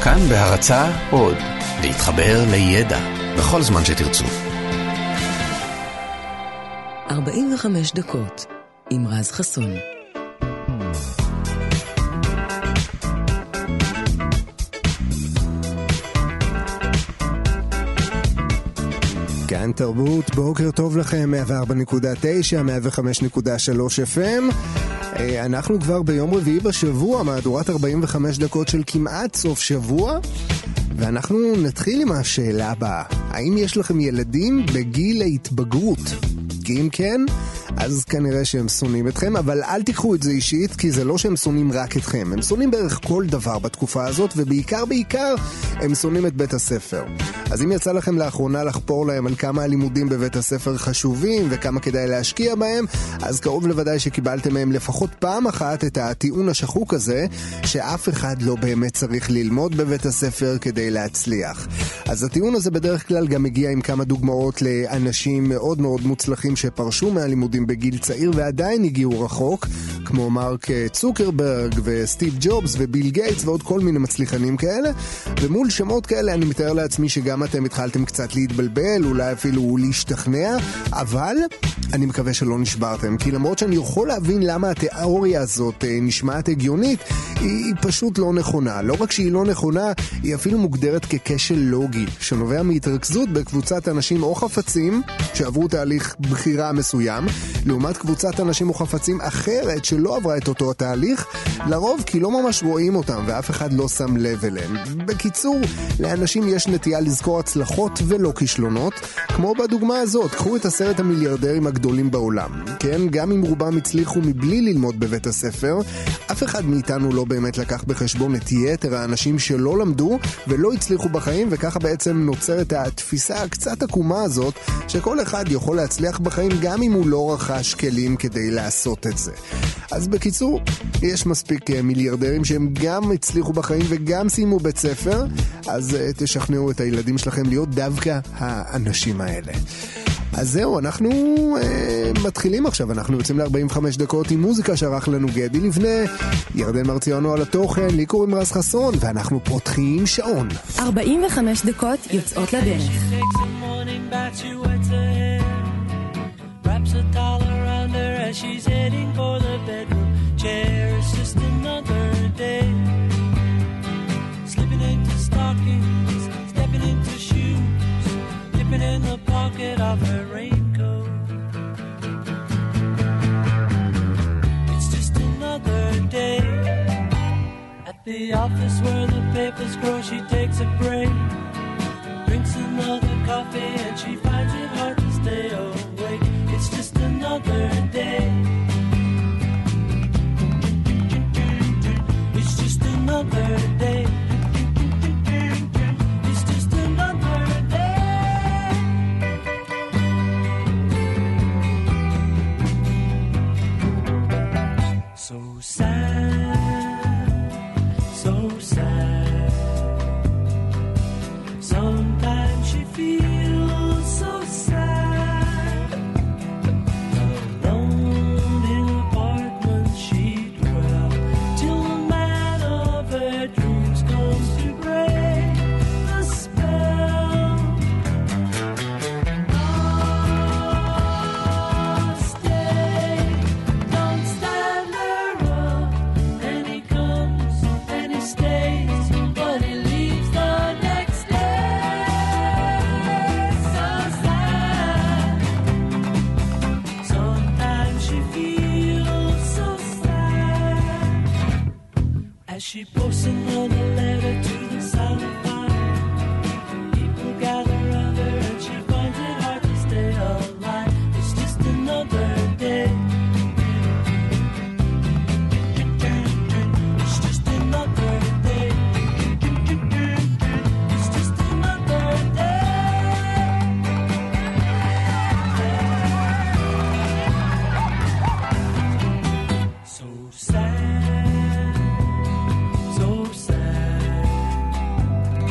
כאן בהרצאה עוד, להתחבר לידע בכל זמן שתרצו. 45 דקות עם רז חסון. כאן תרבות, בוקר טוב לכם, 104.9, 105.3 FM. אנחנו כבר ביום רביעי בשבוע, מהדורת 45 דקות של כמעט סוף שבוע, ואנחנו נתחיל עם השאלה הבאה. האם יש לכם ילדים בגיל ההתבגרות? כי אם כן, אז כנראה שהם שונאים אתכם, אבל אל תיקחו את זה אישית, כי זה לא שהם שונאים רק אתכם. הם שונאים בערך כל דבר בתקופה הזאת, ובעיקר הם שונאים את בית הספר. אז אם יצא לכם לאחרונה לחפור להם על כמה הלימודים בבית הספר חשובים, וכמה כדאי להשקיע בהם, אז קרוב לוודאי שקיבלתם מהם לפחות פעם אחת את הטיעון השחוק הזה, שאף אחד לא באמת צריך ללמוד בבית הספר כדי להצליח. אז הטיעון הזה בדרך כלל גם מגיע עם כמה דוגמאות לאנשים מאוד מאוד מוצלחים שפרשו מהלימודים בגיל צעיר ועדיין הגיעו רחוק, כמו מרק צוקרברג וסטיב ג'ובס וביל גייטס ועוד כל מיני מצליחנים כאלה. ומול שמות כאלה אני מתאר לעצמי שגם אתם התחלתם קצת להתבלבל, אולי אפילו להשתכנע, אבל אני מקווה שלא נשברתם, כי למרות שאני יכול להבין למה התיאוריה הזאת נשמעת הגיונית, היא פשוט לא נכונה. לא רק שהיא לא נכונה, היא אפילו מוגדרת ככשל לוגי, שנובע מהתרכזות בקבוצת אנשים או חפצים שעברו תהליך בחירה מסוים, לעומת קבוצת אנשים או חפצים אחרת שלא עברה את אותו התהליך, לרוב כי לא ממש רואים אותם ואף אחד לא שם לב אליהם. בקיצור, לאנשים יש נטייה לזכור הצלחות ולא כישלונות, כמו בדוגמה הזאת. קחו את 10 המיליארדרים הגדולים בעולם. כן, גם אם רובם הצליחו מבלי ללמוד בבית הספר, אף אחד מאיתנו לא באמת לקח בחשבון את יתר האנשים שלא למדו ולא הצליחו בחיים, וככה בעצם נוצרת התפיסה הקצת עקומה הזאת, שכל אחד יכול להצליח בחיים גם אם הוא לא רכש כלים כדי לעשות את זה. אז בקיצור, יש מספיק מיליארדרים שהם גם הצליחו בחיים וגם סיימו בית ספר, אז תשכנעו את הילדים שלכם להיות דווקא האנשים האלה. אז זהו, אנחנו מתחילים עכשיו. אנחנו יוצאים ל-45 דקות עם מוזיקה שערך לנו גדי לבנה, ירדן מרציאנו על התוכן, לי קוראים רז חסון, ואנחנו פותחים שעון. 45 דקות יוצאות לדרך. Wraps a towel around her as she's heading for the bedroom chair. It's just another day. Slipping into stockings, stepping into shoes, dipping in the pocket of her raincoat. It's just another day. At the office where the papers grow, she takes a break, drinks another coffee, and she finds it hard to stay awake. It's just another day. It's just another day. It's just another day. So sad, so sad. Sometimes she feels so sad. Alone in an apartment she'd dwell till the man of her dreams comes to break the spell. Oh, stay, don't stand her up. And he comes and he stays, but he leaves the next day. So sad. Sometimes she feels so sad as she posts another letter to the sound of fire. People gather around her and she finds it hard to stay alive. It's just another day. It's just another day. It's just another day. So sad, so sad.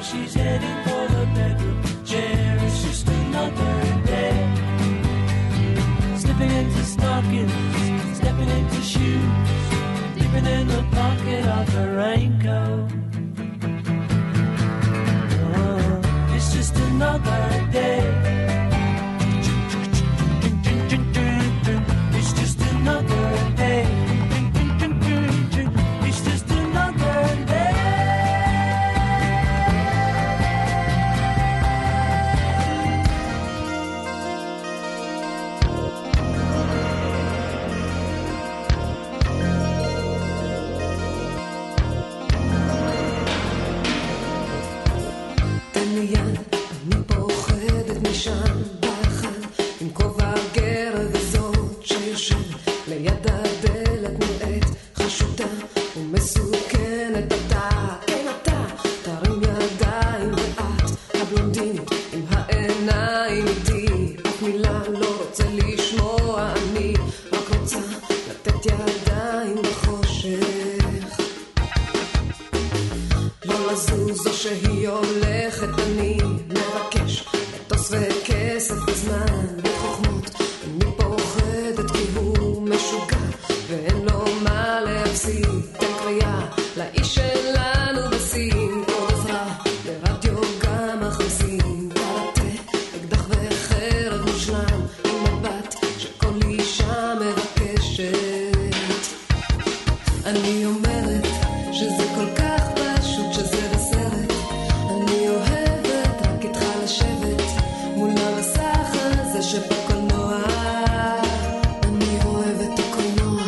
she's heading for the bedroom chair. It's just another day. Slipping into stockings, stepping into shoes, dipping in the pocket of her raincoat. It's just another day. It's just another day. It's just another day. תן לי יד, אני פוחדת משם באחד, עם כובע גר וזאת שיושבת ליד הדלת נראית חשוטה ומסוכנת. אתה, כן אתה, תרים ידיים ואת הבלונדינית עם העיניים איתי, אף מילה לא רוצה לשמוע, אני רק רוצה לתת ידיים בחושך, לא לזוז או שהיא הולכת. אני מבקש מטוס וכסף בזמן וחוכמות, אני פוחדת כי הוא משוגע ואין לו מה להפסיד. תן קריאה לאיש שלנו בסין, עוד עזרה לרדיו גם מכניסים, קראטה, אקדח וחרב מושלם עם מבט שכל אישה מבקשת. אני אומרת שזה כל כך פשוט שזה בסרט, אני אוהבת רק איתך לשבת מול המסך הזה שבקולנוע, אני אוהבת את הקולנוע.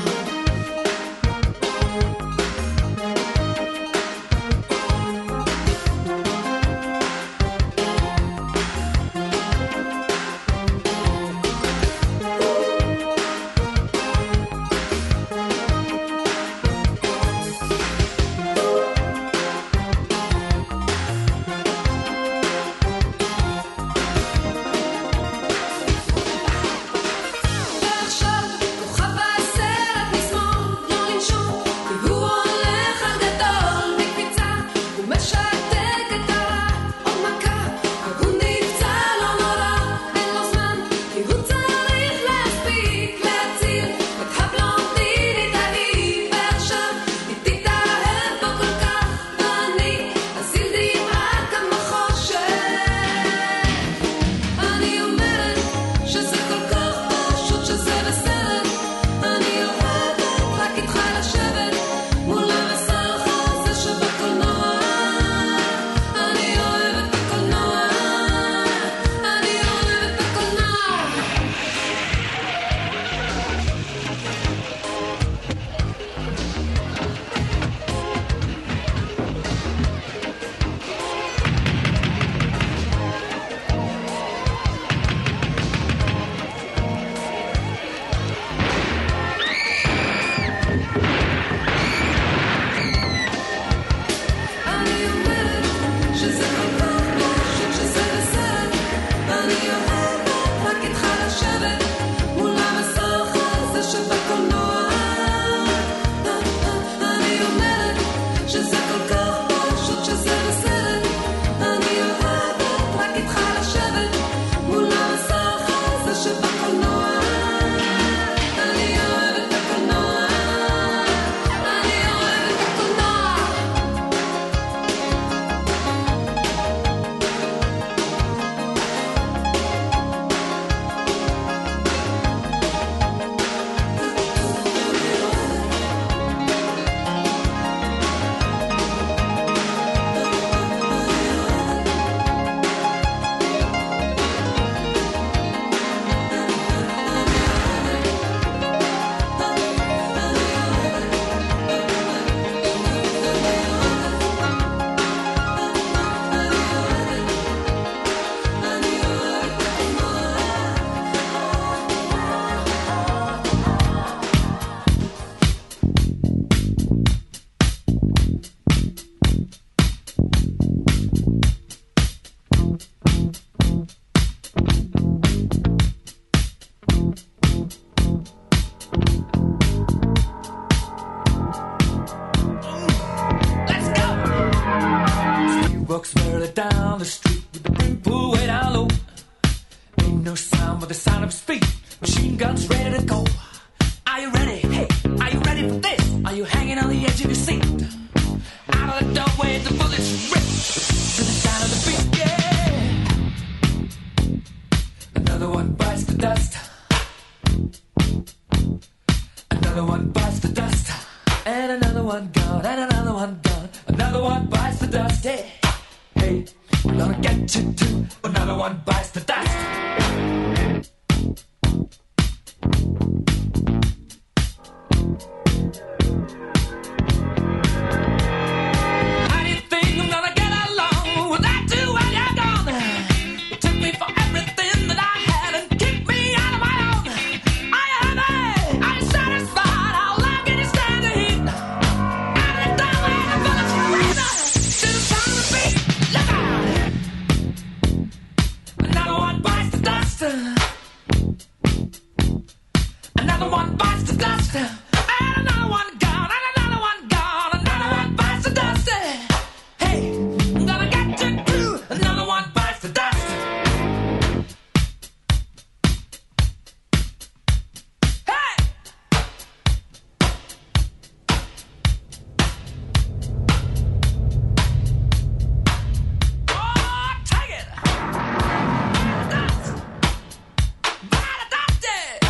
walks merrily down the street with the brim pulled way down low. Ain't no sound but the sound of his feet. Machine guns ready to go. Are you ready? Hey, are you ready for this? Are you hanging on the edge of your seat? Out of the doorway, the bullets rip to the sound of the beat. Yeah. Another one bites the dust. Another one bites the dust. And another one gone. And another one gone. Another one bites the dust. Hey, hey, we're gonna get you too. Another one bites the dust. Another one bites the dust, and another one gone, and another one gone, another one bites the dust. Hey, I'm gonna get you too. Another one bites the dust. Hey! Oh, take it! Dust! By the dust!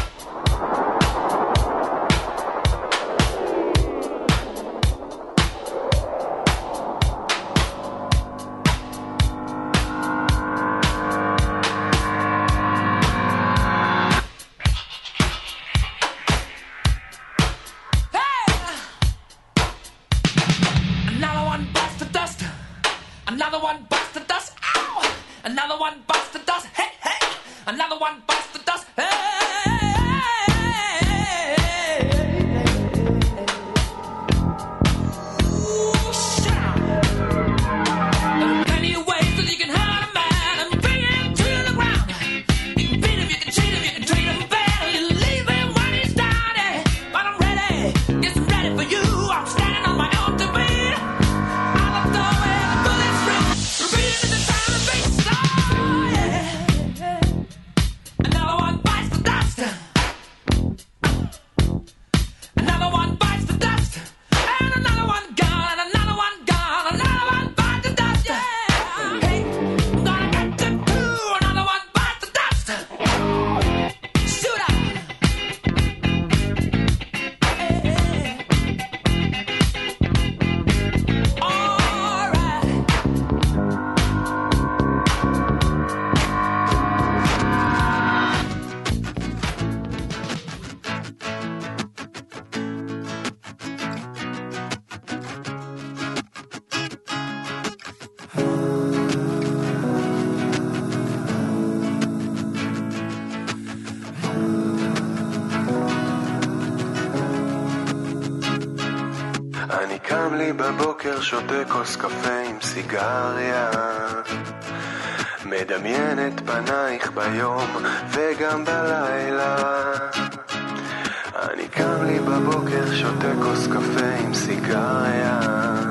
Another one bites the dust. Another one bites the dust. Ow! Another one bites the dust. Hey, hey! Another one bites the dust. Hey! Ooh, shut up. There are plenty of ways that you can hurt a man and bring him to the ground. You can beat him, you can cheat him, you can treat him bad, or you leave him when he's down. But I'm ready, yes, I'm ready for you. I'm standing on my own to beat. Out of the way, the bullets rip, repeating the sound of bass. Oh, yeah. Another one bites the dust. Another one bites the dust. And another one gone, and another one gone, another one bites the dust. Yeah. Hey, I'm gonna get you too. Another one bites the dust. Shoot up. All right. אני קם לי בבוקר, שותה כוס קפה עם סיגריה, מדמיין את פנייך ביום וגם בלילה. אני קם לי בבוקר, שותה כוס קפה עם סיגריה,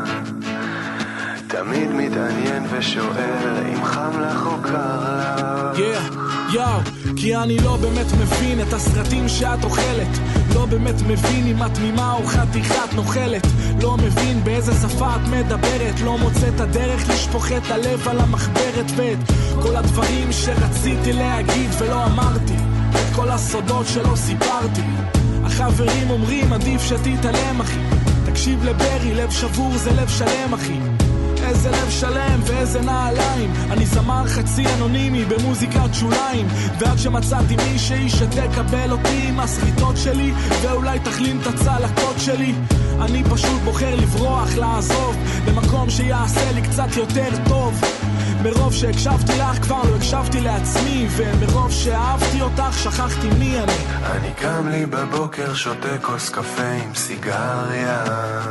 תמיד מתעניין ושואל אם חם לך או קר לך. כי אני לא באמת מבין את הסרטים שאת אוכלת, לא באמת מבין אם את תמימה או חתיכת נוכלת, לא מבין באיזה שפה את מדברת, לא מוצא את הדרך לשפוך את הלב על המחברת, ואת כל הדברים שרציתי להגיד ולא אמרתי, את כל הסודות שלא סיפרתי. החברים אומרים עדיף שתתעלם אחי, תקשיב לברי, לב שבור זה לב שלם אחי. איזה לב שלם ואיזה נעליים, אני זמר חצי אנונימי במוזיקת שוליים, ועד שמצאתי מישהי שתקבל אותי עם הסריטות שלי ואולי תחלים את הצלקות שלי, אני פשוט בוחר לברוח, לעזוב למקום שיעשה לי קצת יותר טוב. מרוב שהקשבתי לך כבר לא הקשבתי לעצמי, ומרוב שאהבתי אותך שכחתי מי אני. אני קם לי בבוקר, שותה כוס קפה עם סיגריה,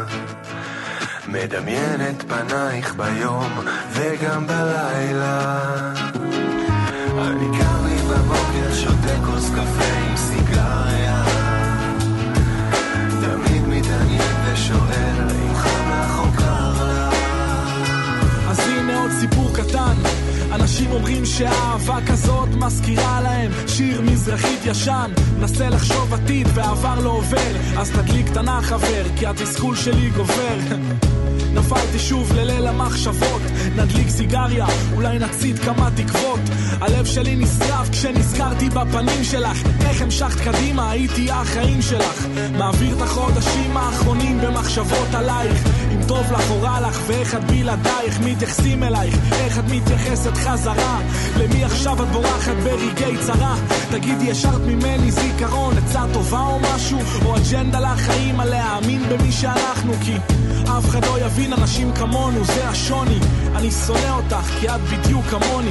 מדמיין את פנייך ביום וגם בלילה. אני קם לי בבוקר, שותה כוס קפה עם סיגריה, תמיד מתעניין ושואל אם חם לך או קר לך. אז הנה עוד אומרים שהאהבה כזאת מזכירה להם שיר מזרחית ישן, נסה לחשוב עתיד ועבר לא עובר, אז תדליק תנה חבר, כי התסכול שלי גובר. נפלתי שוב לליל המחשבות, נדליק סיגריה, אולי נצית כמה תקוות. הלב שלי נשרף כשנזכרתי בפנים שלך, איך המשכת קדימה, הייתי החיים שלך. מעביר את החודשים האחרונים במחשבות עלייך, אם טוב לך או רע לך, ואיך את בלעדייך מתייחסים אלייך, איך את מתייחסת חזרה, למי עכשיו את בורחת ברגעי צרה. תגידי, השארת ממני זיכרון, עצה טובה או משהו, או אג'נדה לחיים על להאמין במי שאנחנו, כי אף אחד לא יבין אנשים כמונו, זה השוני. אני שונא אותך כי את בדיוק כמוני.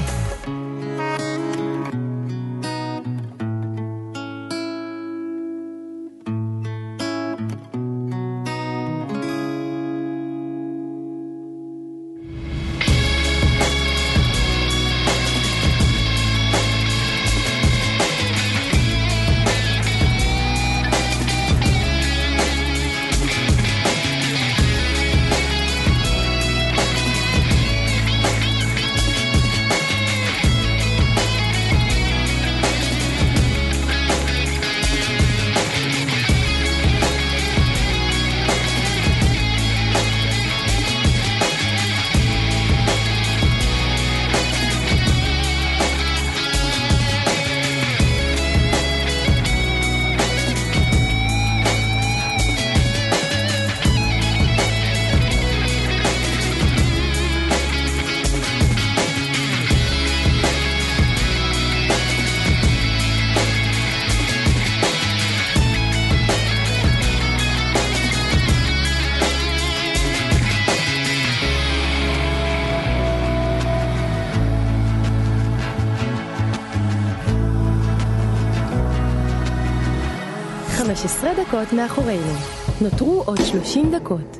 דקות מאחורינו. נותרו עוד 30 דקות.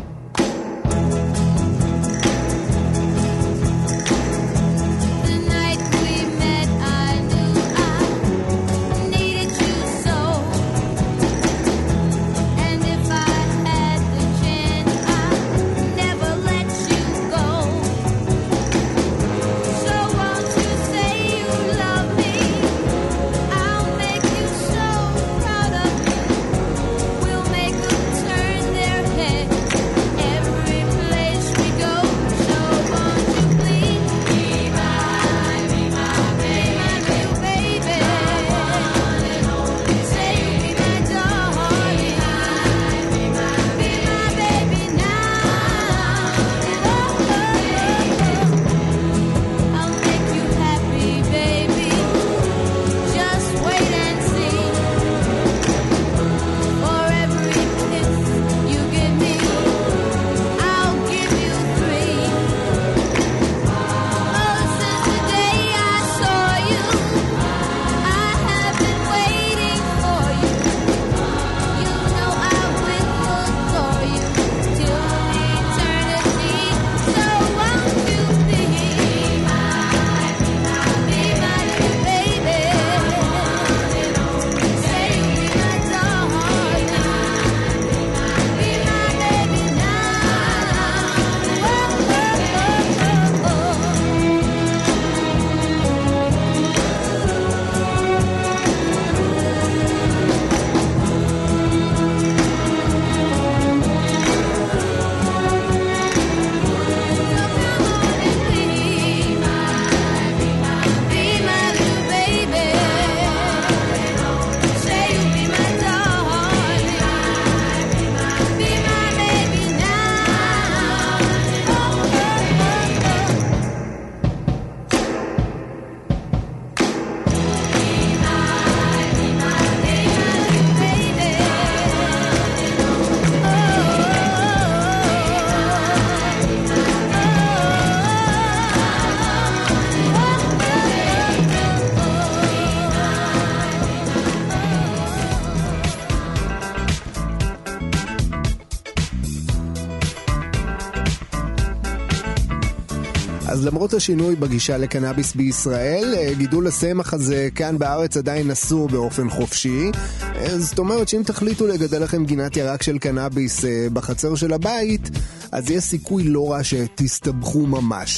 אז למרות השינוי בגישה לקנאביס בישראל, גידול הסמך הזה כאן בארץ עדיין אסור באופן חופשי. זאת אומרת שאם תחליטו לגדל לכם גינת ירק של קנאביס בחצר של הבית, אז יש סיכוי לא רע שתסתבכו ממש.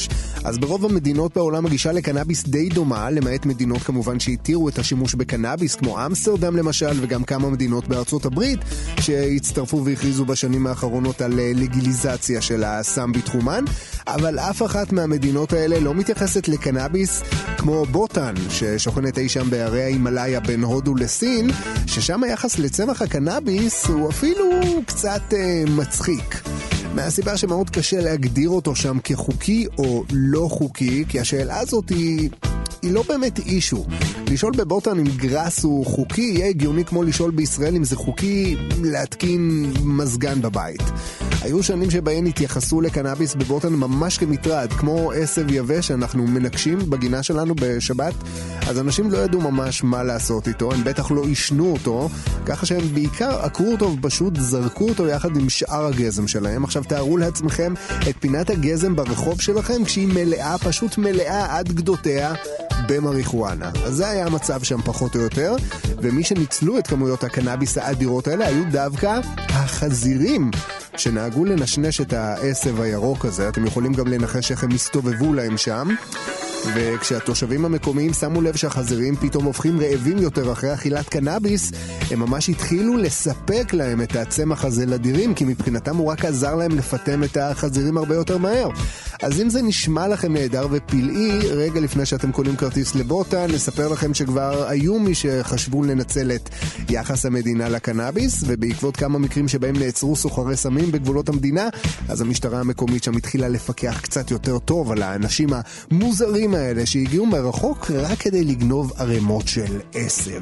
אז ברוב המדינות בעולם הגישה לקנאביס די דומה, למעט מדינות כמובן שהתירו את השימוש בקנאביס, כמו אמסטרדם למשל, וגם כמה מדינות בארצות הברית שהצטרפו והכריזו בשנים האחרונות על לגיליזציה של הסם בתחומן. אבל אף אחת מהמדינות האלה לא מתייחסת לקנאביס כמו בוטן, ששוכנת אי שם בערי ההימאליה בין הודו לסין, ששם היחס לצמח הקנאביס הוא אפילו קצת מצחיק. מהסיבה שמאוד קשה להגדיר אותו שם כחוקי או לא חוקי, כי השאלה הזאת היא לא באמת אישו. לשאול בבוטן אם גרס הוא חוקי יהיה הגיוני כמו לשאול בישראל אם זה חוקי להתקין מזגן בבית. היו שנים שבהן התייחסו לקנאביס בבוטן ממש כמטרד, כמו עשב יבש שאנחנו מנקשים בגינה שלנו בשבת, אז אנשים לא ידעו ממש מה לעשות איתו, הם בטח לא ישנו אותו, ככה שהם בעיקר עקרו אותו ופשוט זרקו אותו יחד עם שאר הגזם שלהם. עכשיו תארו לעצמכם את פינת הגזם ברחוב שלכם כשהיא מלאה, פשוט מלאה עד גדותיה במריחואנה. אז זה היה המצב שם פחות או יותר, ומי שניצלו את כמויות הקנאביס האדירות האלה היו דווקא החזירים שנהגו לנשנש את העשב הירוק הזה. אתם יכולים גם לנחש איך הם הסתובבו להם שם, וכשהתושבים המקומיים שמו לב שהחזירים פתאום הופכים רעבים יותר אחרי אכילת קנאביס, הם ממש התחילו לספק להם את הצמח הזה לדירים, כי מבחינתם הוא רק עזר להם לפתם את החזירים הרבה יותר מהר. אז אם זה נשמע לכם נהדר ופלאי, רגע לפני שאתם קונים כרטיס לבוטן, נספר לכם שכבר היו מי שחשבו לנצל את יחס המדינה לקנאביס, ובעקבות כמה מקרים שבהם נעצרו סוחרי סמים בגבולות המדינה, אז המשטרה המקומית שם התחילה לפקח קצת יותר טוב על האנשים המוזרים האלה שהגיעו מרחוק רק כדי לגנוב ערימות של עשב.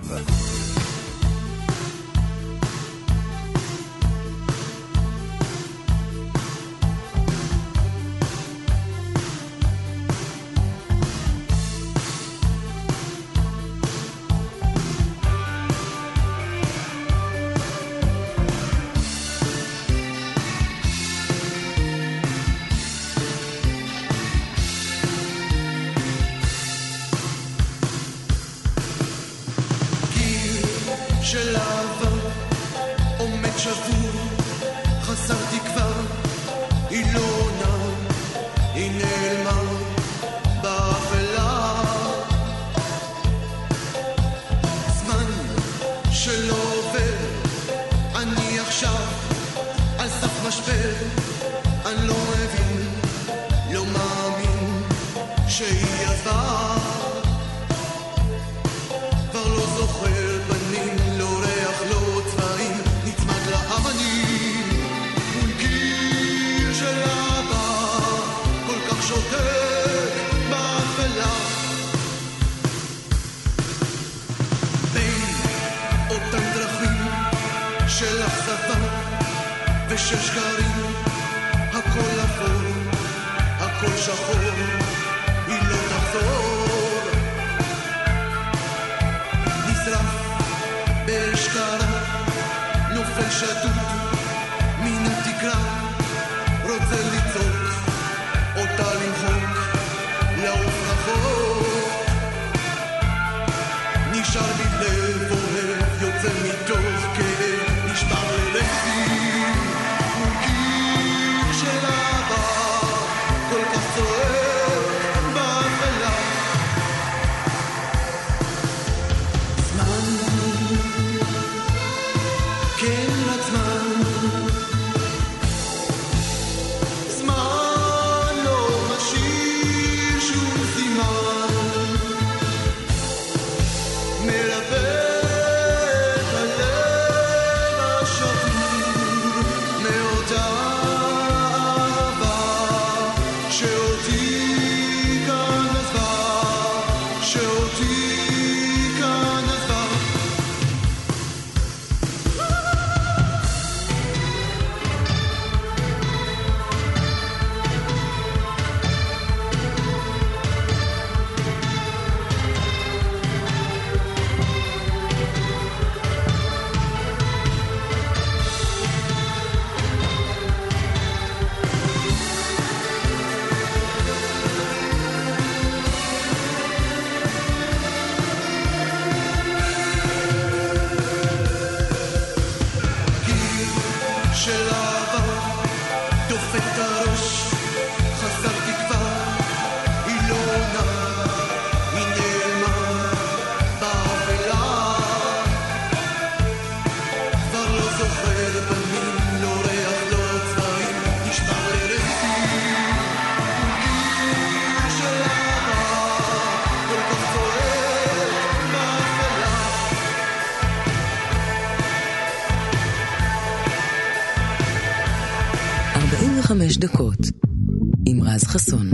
105 דקות עם רז חסון.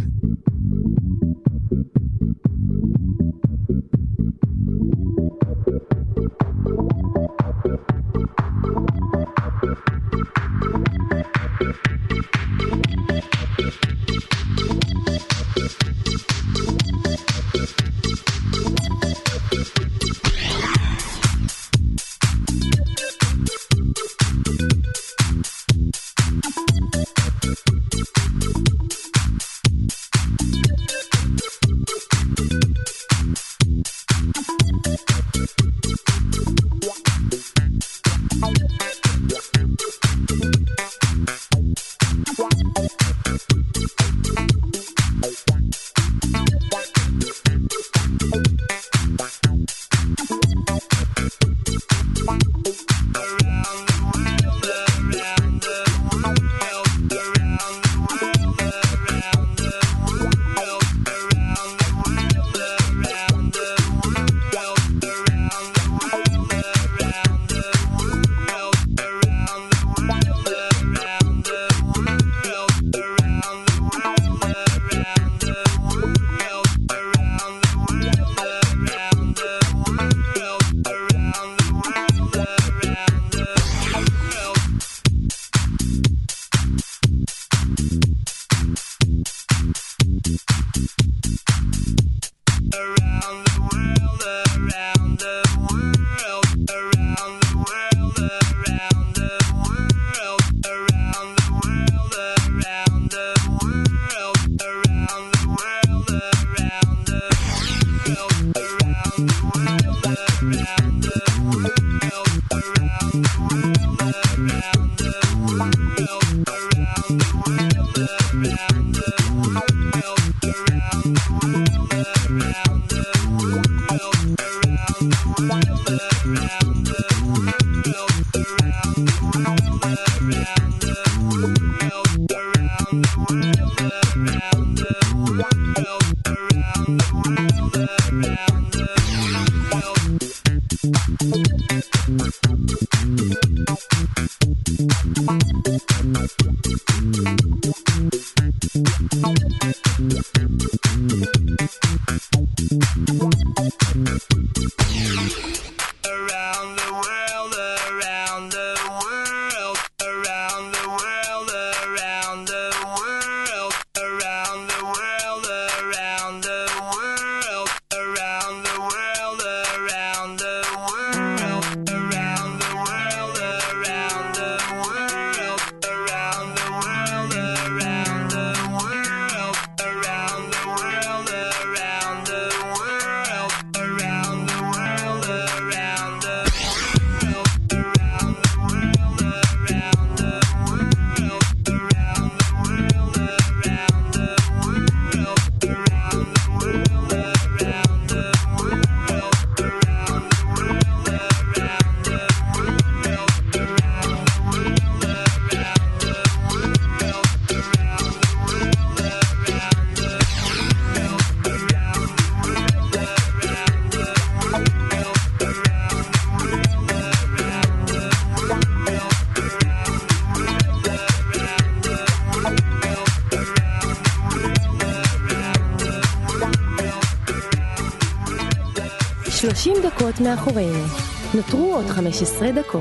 דקות מאחורינו. נותרו עוד 15 דקות.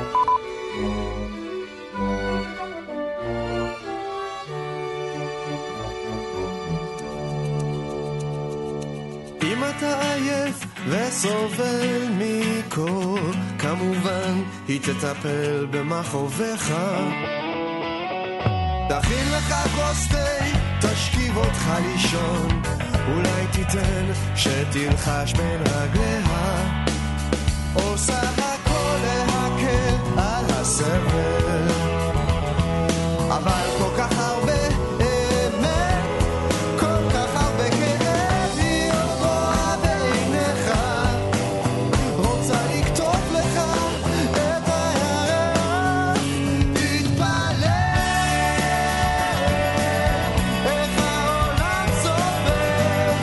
אם אתה עייף וסובל מכל, כמובן היא תטפל במחובך. תכין לך כוס תה, תשכיב אותך לישון, אולי תיתן שתלחש בין רגליה, עושה הכל להקל על הסבל, אבל כל כך הרבה אמת, כל כך הרבה כאב, היא עוד רואה בעיניך, רוצה לכתוב לך את הירח, תתפלל איך העולם סובב,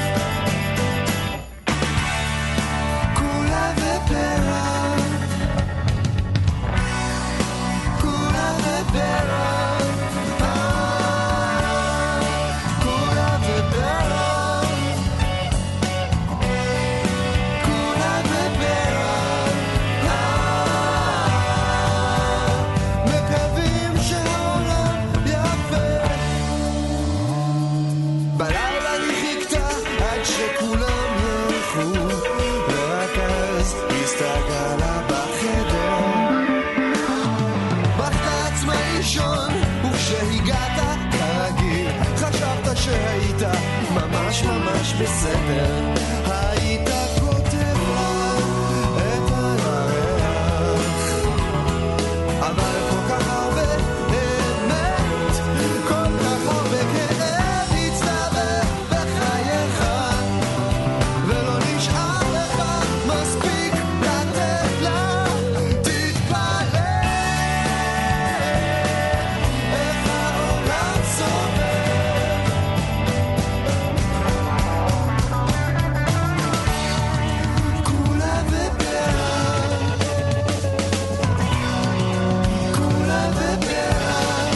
כולה ופרח, כולה שהיית ממש ממש בסדר, היית כותב לה את הירח, אבל כל כך הרבה אמת, כל כך הרבה כאב הצטרף בחייך, ולא נשאר לך מספיק לתת לה. תתפלא איך העולם סובב, כולה בפרח, כולה בפרח,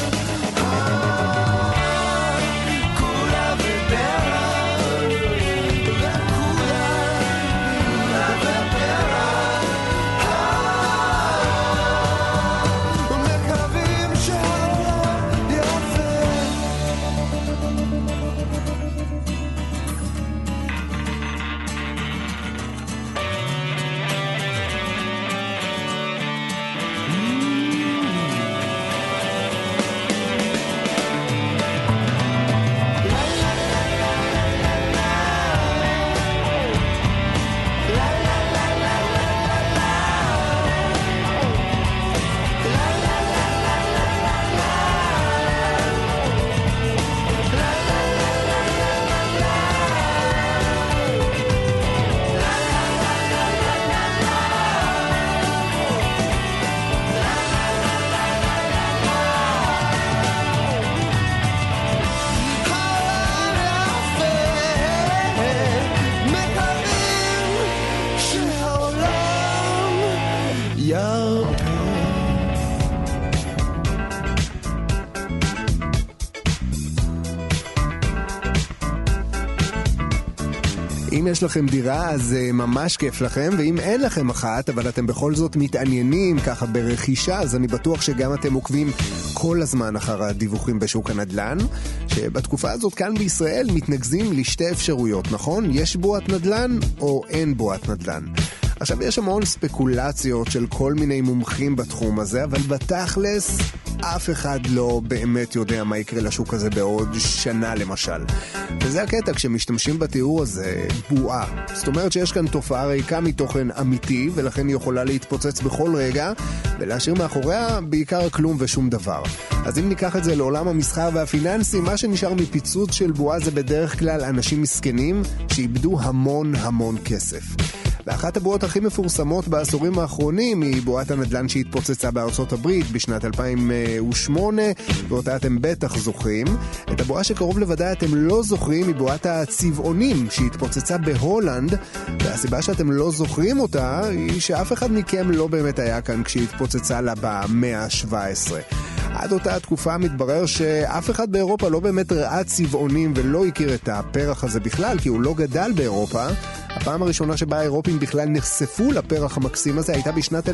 כולה בפרח, וכולה בפרח, מקווים שהעולם יפה. אם יש לכם דירה אז ממש כיף לכם, ואם אין לכם אחת אבל אתם בכל זאת מתעניינים ככה ברכישה, אז אני בטוח שגם אתם עוקבים כל הזמן אחר הדיווחים בשוק הנדל"ן, שבתקופה הזאת כאן בישראל מתנגזים לשתי אפשרויות, נכון? יש בועת נדל"ן או אין בועת נדל"ן. עכשיו יש המון ספקולציות של כל מיני מומחים בתחום הזה, אבל בתכלס אף אחד לא באמת יודע מה יקרה לשוק הזה בעוד שנה למשל. וזה הקטע כשמשתמשים בתיאור הזה, בועה. זאת אומרת שיש כאן תופעה ריקה מתוכן אמיתי, ולכן היא יכולה להתפוצץ בכל רגע, ולהשאיר מאחוריה בעיקר כלום ושום דבר. אז אם ניקח את זה לעולם המסחר והפיננסי, מה שנשאר מפיצוץ של בועה זה בדרך כלל אנשים מסכנים שאיבדו המון המון כסף. ואחת הבועות הכי מפורסמות בעשורים האחרונים היא בועת הנדל"ן שהתפוצצה בארצות הברית בשנת 2008, ואותה אתם בטח זוכרים. את הבועה שקרוב לוודאי אתם לא זוכרים היא בועת הצבעונים שהתפוצצה בהולנד, והסיבה שאתם לא זוכרים אותה היא שאף אחד מכם לא באמת היה כאן כשהתפוצצה לה במאה ה-17. עד אותה התקופה מתברר שאף אחד באירופה לא באמת ראה צבעונים ולא הכיר את הפרח הזה בכלל, כי הוא לא גדל באירופה. הפעם הראשונה שבה האירופים בכלל נחשפו לפרח המקסים הזה הייתה בשנת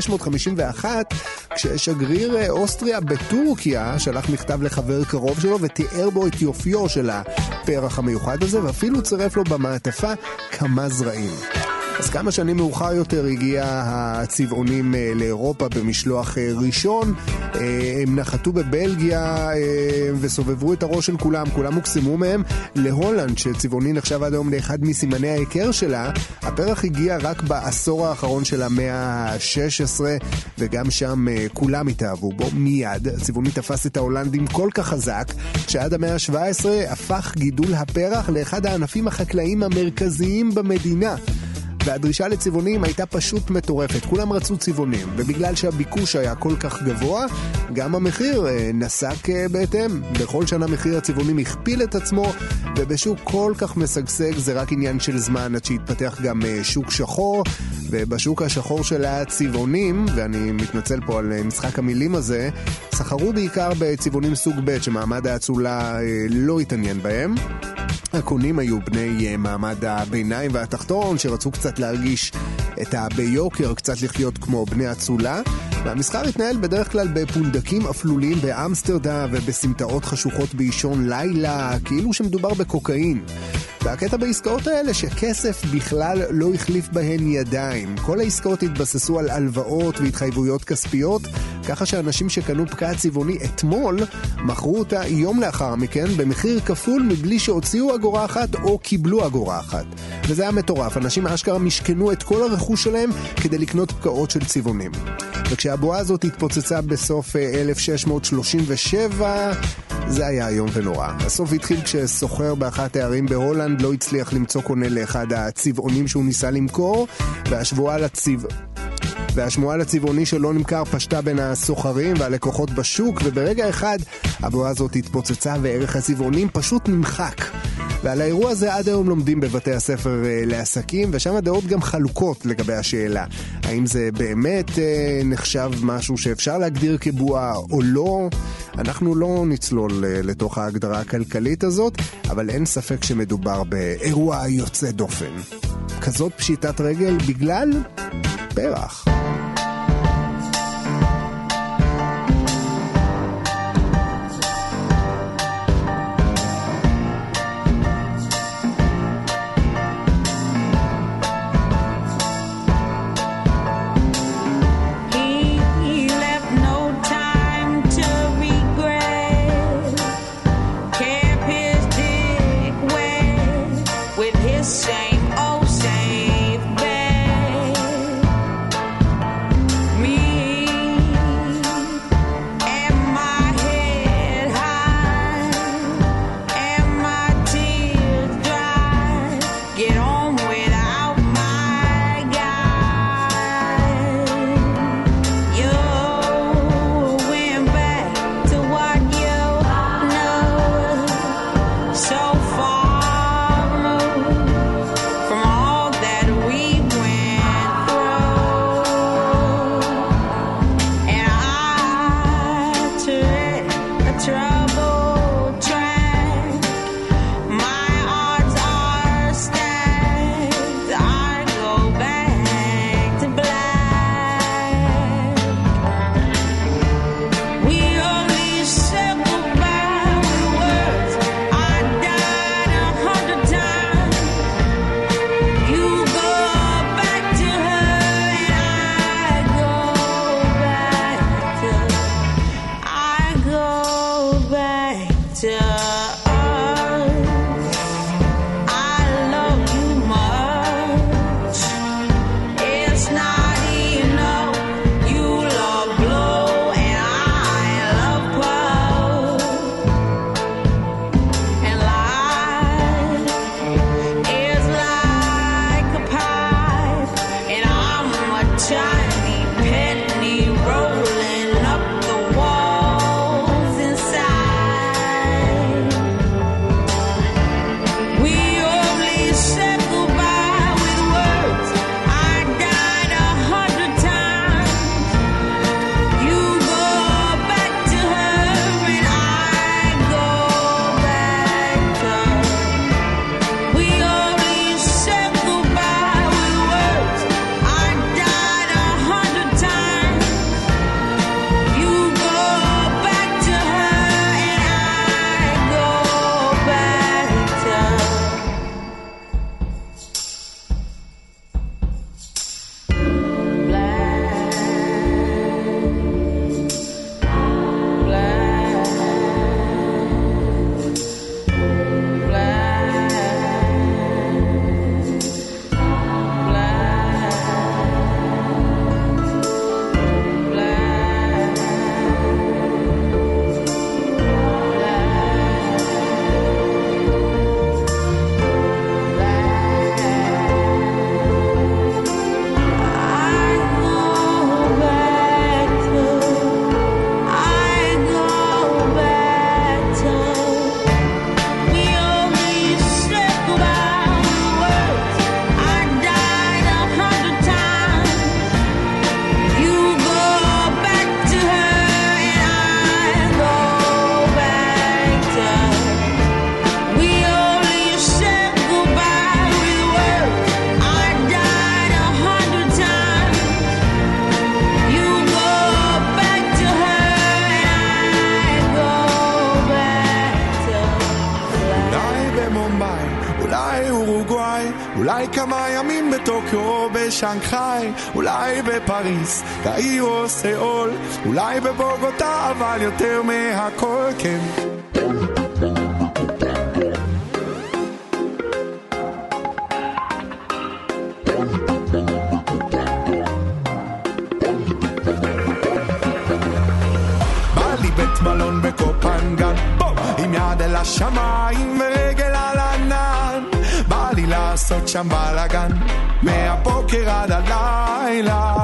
1551, כששגריר אוסטריה בטורקיה שלח מכתב לחבר קרוב שלו ותיאר בו את יופיו של הפרח המיוחד הזה, ואפילו צירף לו במעטפה כמה זרעים. אז כמה שנים מאוחר יותר הגיע הצבעונים לאירופה במשלוח ראשון. הם נחתו בבלגיה וסובבו את הראש של כולם, כולם הוקסמו מהם. להולנד, שצבעוני נחשב עד היום לאחד מסימני ההיכר שלה, הפרח הגיע רק בעשור האחרון של המאה ה-16, וגם שם כולם התאהבו בו מיד. הצבעוני תפס את ההולנדים כל כך חזק, שעד המאה ה-17 הפך גידול הפרח לאחד הענפים החקלאיים המרכזיים במדינה. והדרישה לצבעונים הייתה פשוט מטורפת, כולם רצו צבעונים, ובגלל שהביקוש היה כל כך גבוה, גם המחיר נסק בהתאם. בכל שנה מחיר הצבעונים הכפיל את עצמו, ובשוק כל כך משגשג זה רק עניין של זמן עד שהתפתח גם שוק שחור, ובשוק השחור של הצבעונים, ואני מתנצל פה על משחק המילים הזה, סחרו בעיקר בצבעונים סוג ב' שמעמד האצולה לא התעניין בהם. הקונים היו בני מעמד הביניים והתחתון שרצו קצת להרגיש את הביוקר, קצת לחיות כמו בני אצולה, והמסחר התנהל בדרך כלל בפונדקים אפלוליים באמסטרדם ובסמטאות חשוכות באישון לילה, כאילו שמדובר בקוקאין. והקטע בעסקאות האלה שכסף בכלל לא החליף בהן ידיים. כל העסקאות התבססו על הלוואות והתחייבויות כספיות, ככה שאנשים שקנו פקעה צבעוני אתמול, מכרו אותה יום לאחר מכן במחיר כפול מבלי שהוציאו אגורה אחת או קיבלו אגורה אחת. וזה היה מטורף, אנשים אשכרה משכנו את כל הרכוש שלהם כדי לקנות פקעות של צבעונים. וכשהבועה הזאת התפוצצה בסוף 1637, זה היה היום ונורא. הסוף התחיל כשסוחר באחת הערים בהולנד לא הצליח למצוא קונה לאחד הצבעונים שהוא ניסה למכור, והשמועה לצבעוני שלא נמכר פשטה בין הסוחרים והלקוחות בשוק, וברגע אחד הבועה הזאת התפוצצה וערך הצבעונים פשוט נמחק. ועל האירוע הזה עד היום לומדים בבתי הספר לעסקים, ושם הדעות גם חלוקות לגבי השאלה. האם זה באמת נחשב משהו שאפשר להגדיר כבועה או לא? אנחנו לא נצלול לתוך ההגדרה הכלכלית הזאת, אבל אין ספק שמדובר באירוע יוצא דופן. כזאת פשיטת רגל בגלל פרח. Same old same bed. אולי אורוגוואי, אולי כמה ימים בטוקיו או בשנגחאי, אולי בפריז, קהיר או סאול, אולי בבוגוטה, אבל יותר מהכל כן. מלון בקופנגן, עם יד אל השמיים ורגל על ענן, בא לי לעשות שם בלגן מהבוקר עד הלילה.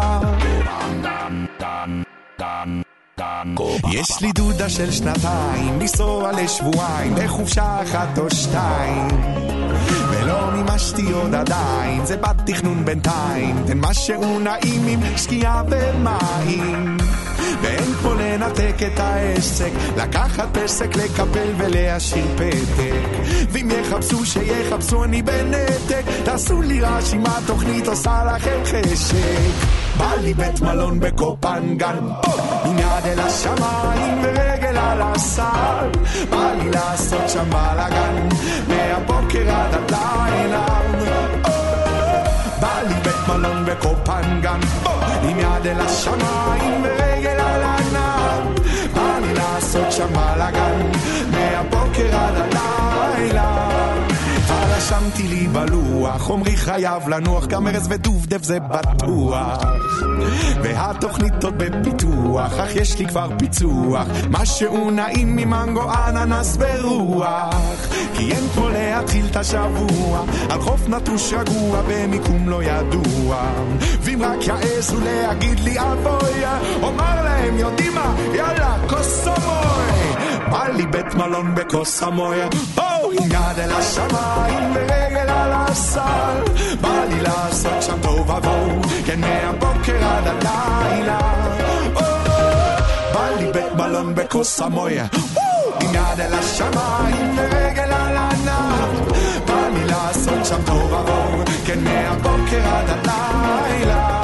יש לי דודה של שנתיים, לנסוע לשבועיים בחופשה אחת או שתיים, ולא מימשתי עוד עדיין, זה בתכנון בינתיים, תן משהו נעים עם שקיעה ומים, ואין פה לנתק את העסק, לקחת פסק, לקפל ולהשאיר פתק, ואם יחפשו שיחפשו אני בנתק, תעשו לי רעש אם התוכנית עושה לכם חשק. בא לי בית מלון בקופנגן, עם יד אל השמיים ורגל על הסל, בא לי לעשות שם בלגן מהבוקר עד הלילה. בא לי בית מלון בקופנגן, עם יד אל השמיים ורגל על הענן, בא לי לעשות שם בלגן מהבוקר עד הלילה. רשמתי לי בלוח, עומרי חייב לנוח, גם ארז ודובדב זה בטוח, והתוכנית עוד בפיתוח, אך יש לי כבר פיצוח, משהו נעים ממנגו, אננס ורוח, כי אין פה להתחיל את השבוע על חוף נטוש רגוע במיקום לא ידוע, ואם רק יעזו להגיד לי אבוי, אומר להם יודעים מה, יאללה קוסמוי. בא לי בית מלון בקוסמוי, עם יד אל השמיים ורגל על הסל, בא לי לעשות שם טוב עבור, כן מהבוקר עד הלילה. בא לי בית מלון בקוסמוי, עם יד אל השמיים ורגל על הענן, בא לי לעשות שם טוב עבור, כן מהבוקר עד הלילה.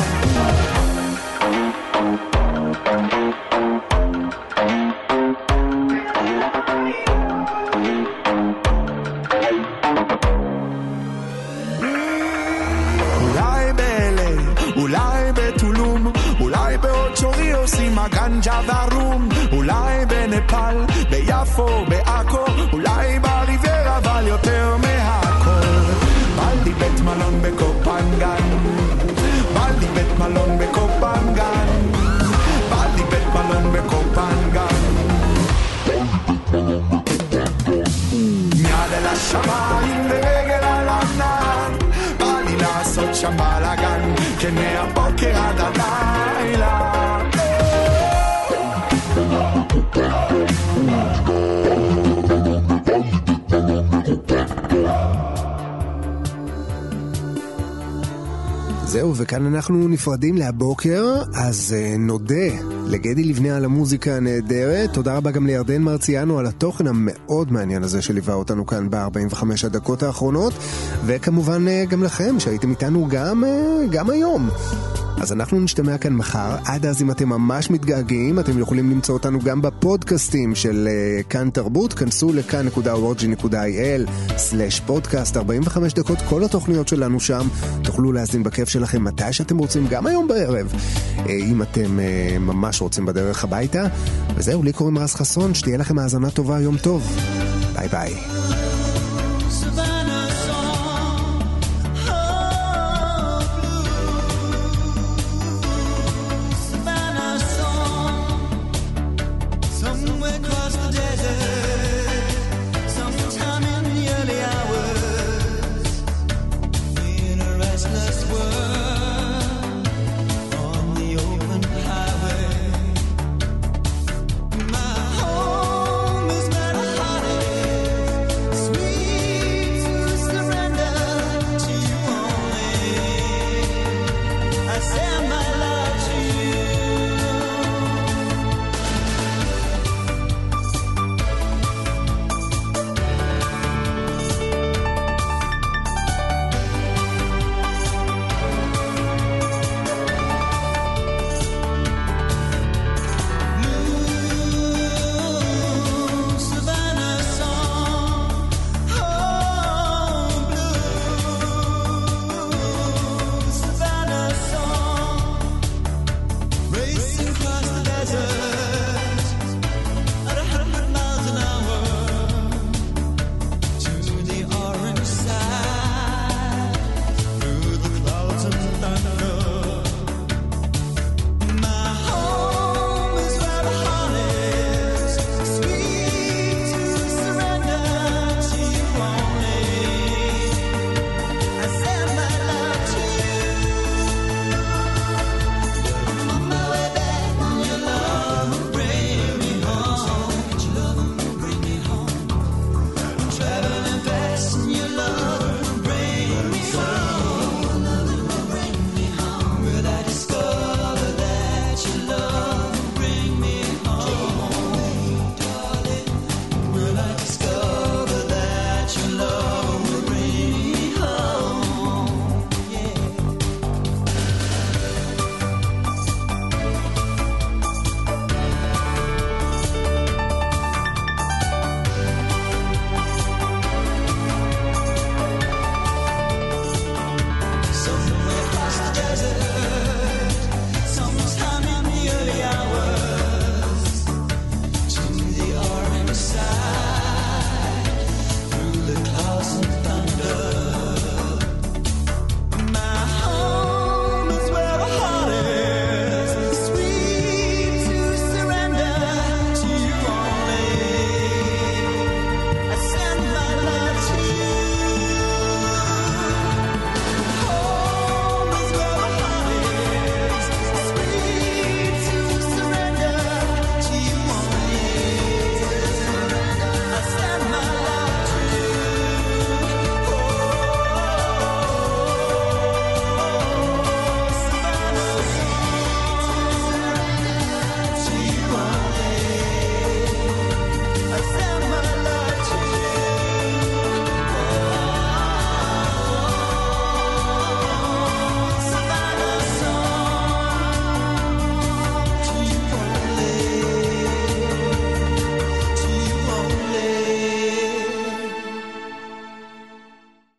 אולי בטולום, אולי בעוד שורי עושים הגנג'ה והרום, אולי בנפל, ביפו, בעכו, אולי בריברה, אבל יותר מהכל. בא לי בית מלון בקופנגן, בא לי בית מלון בקופנגן, בא לי בית מלון בקופנגן, יד אל השמיים ורגל על ענן, בא לי לעשות שם בלגן, כן מהבוקר עד הלילה. זהו, וכאן אנחנו נפרדים להבוקר, אז נודה לגדי לבנה על המוזיקה הנהדרת, תודה רבה גם לירדן מרציאנו על התוכן המאוד מעניין הזה שליווה אותנו כאן ב-45 הדקות האחרונות, וכמובן גם לכם שהייתם איתנו גם היום. אז אנחנו נשתמע כאן מחר, עד אז אם אתם ממש מתגעגעים, אתם יכולים למצוא אותנו גם בפודקאסטים של כאן תרבות, כנסו לכאן.org.il/פודקאסט, 45 דקות, כל התוכניות שלנו שם, תוכלו להזין בכיף שלכם מתי שאתם רוצים, גם היום בערב, אם אתם ממש רוצים בדרך הביתה. וזהו, לי קוראים רז חסון, שתהיה לכם האזנה טובה, יום טוב, ביי ביי.